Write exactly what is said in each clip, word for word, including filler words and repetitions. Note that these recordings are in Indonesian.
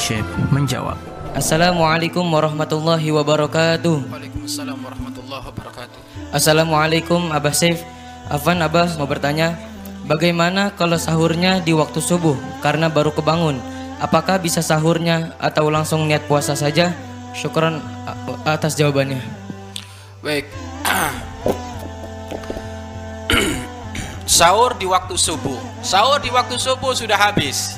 Syekh menjawab. Assalamualaikum warahmatullahi wabarakatuh. Waalaikumsalam warahmatullahi wabarakatuh. Assalamualaikum Abah Syekh. Afwan Abah mau bertanya, bagaimana kalau sahurnya di waktu subuh karena baru kebangun? Apakah bisa sahurnya atau langsung niat puasa saja? Syukran atas jawabannya. Baik. Sahur di waktu subuh. Sahur di waktu subuh sudah habis.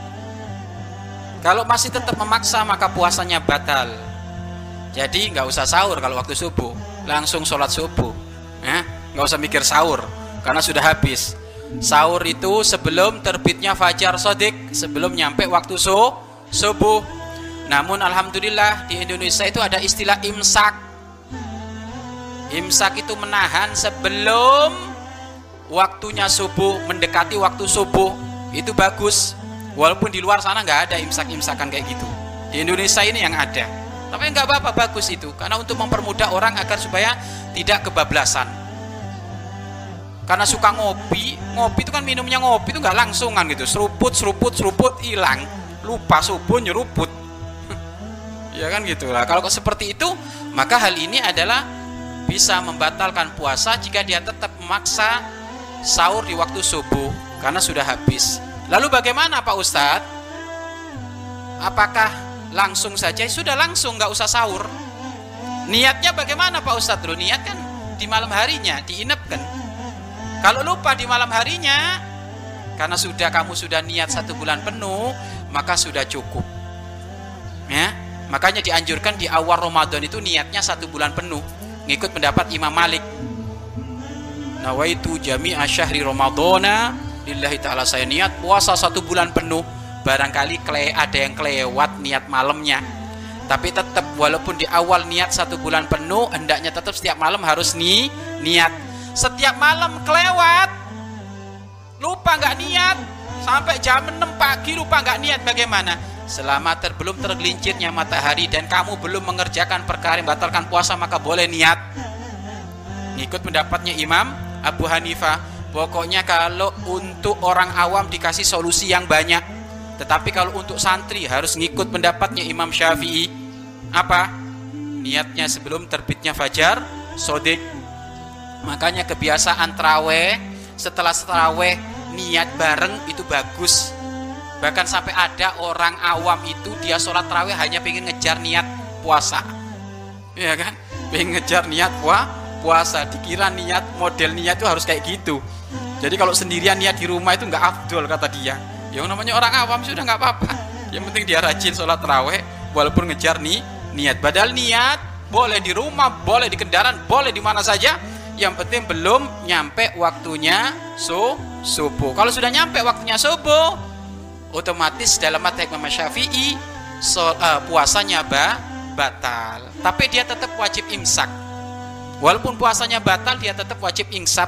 Kalau masih tetap memaksa maka puasanya batal. Jadi nggak usah sahur kalau waktu subuh, langsung sholat subuh. Ya, nggak usah mikir sahur karena sudah habis. Sahur itu sebelum terbitnya fajar shadiq, sebelum nyampe waktu su subuh. Namun alhamdulillah di Indonesia itu ada istilah imsak. Imsak itu menahan sebelum waktunya subuh, mendekati waktu subuh. Itu bagus. Walaupun di luar sana nggak ada imsak-imsakan kayak gitu. Di Indonesia ini yang ada. Tapi nggak apa-apa, bagus itu. Karena untuk mempermudah orang agar supaya tidak kebablasan. Karena suka ngopi, ngopi itu kan minumnya ngopi itu nggak langsungan gitu. Seruput, seruput, seruput, hilang. Lupa subuh nyeruput. Ya kan gitulah. Kalau seperti itu, maka hal ini adalah bisa membatalkan puasa jika dia tetap memaksa sahur di waktu subuh karena sudah habis. Lalu bagaimana Pak Ustadz? Apakah langsung saja? Sudah langsung, nggak usah sahur. Niatnya bagaimana Pak Ustadz? Dulu niat kan di malam harinya, diinapkan. Kalau lupa di malam harinya, karena sudah kamu sudah niat satu bulan penuh, maka sudah cukup. Ya, makanya dianjurkan di awal Ramadan itu niatnya satu bulan penuh. Ngikut pendapat Imam Malik. Nawaitu jami'a syahri Ramadana lillahi ta'ala, saya niat puasa satu bulan penuh. Barangkali ada yang kelewat niat malamnya, tapi tetap walaupun di awal niat satu bulan penuh, hendaknya tetap setiap malam harus nih niat. Setiap malam kelewat, lupa nggak niat, sampai jam enam pagi lupa nggak niat, bagaimana? Selama ter, belum tergelincirnya matahari dan kamu belum mengerjakan perkara yang batalkan puasa, maka boleh niat. Ngikut pendapatnya Imam Abu Hanifah. Pokoknya kalau untuk orang awam dikasih solusi yang banyak, tetapi kalau untuk santri harus ngikut pendapatnya Imam Syafi'i. Apa? Niatnya sebelum terbitnya fajar shadiq. Makanya kebiasaan taraweh, setelah taraweh niat bareng itu bagus. Bahkan sampai ada orang awam itu dia sholat taraweh hanya pengen ngejar niat puasa, ya kan? Pengen ngejar niat puasa, puasa. Dikira niat, model niat itu harus kayak gitu. Jadi kalau sendirian niat di rumah itu nggak afdol kata dia. Yang namanya orang awam sudah nggak apa-apa. Yang penting dia rajin sholat taraweh walaupun ngejar nih niat. Padahal niat boleh di rumah, boleh di kendaraan, boleh di mana saja. Yang penting belum nyampe waktunya su subuh. Kalau sudah nyampe waktunya subuh, otomatis dalam madhab Imam Syafi'i so, uh, puasanya ba, batal. Tapi dia tetap wajib imsak. Walaupun puasanya batal, dia tetap wajib imsak.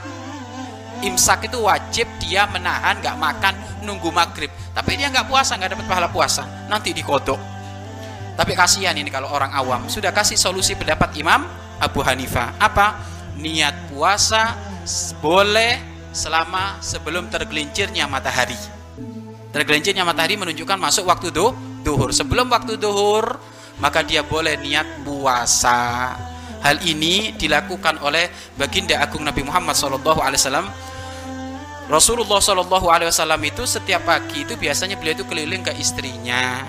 Imsak itu wajib dia menahan, nggak makan, nunggu maghrib. Tapi dia nggak puasa, nggak dapat pahala puasa. Nanti dikodok. Tapi kasihan ini kalau orang awam. Sudah kasih solusi pendapat Imam Abu Hanifah. Apa? Niat puasa boleh selama sebelum tergelincirnya matahari. Tergelincirnya matahari menunjukkan masuk waktu duh, duhur. Sebelum waktu duhur, maka dia boleh niat puasa. Hal ini dilakukan oleh baginda agung Nabi Muhammad shallallahu alaihi wasallam. Rasulullah shallallahu alaihi wasallam itu setiap pagi itu biasanya beliau itu keliling ke istrinya.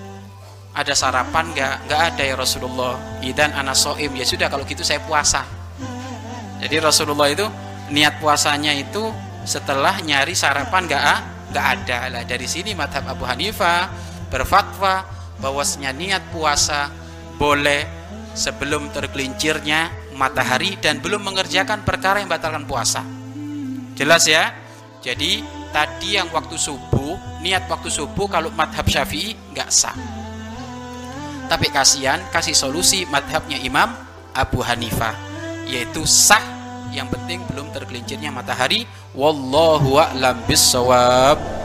Ada sarapan nggak? Nggak ada ya Rasulullah. Idan ana shaim, ya sudah kalau gitu saya puasa. Jadi Rasulullah itu niat puasanya itu setelah nyari sarapan nggak nggak ada. Lah dari sini madhab Abu Hanifah berfatwa bahwasanya niat puasa boleh sebelum tergelincirnya matahari dan belum mengerjakan perkara yang batalkan puasa. Jelas ya? Jadi tadi yang waktu subuh, niat waktu subuh kalau madhab Syafi'i nggak sah. Tapi kasihan kasih solusi madhabnya Imam Abu Hanifah, yaitu sah, yang penting belum tergelincirnya matahari. Wallahu a'lam bissawab.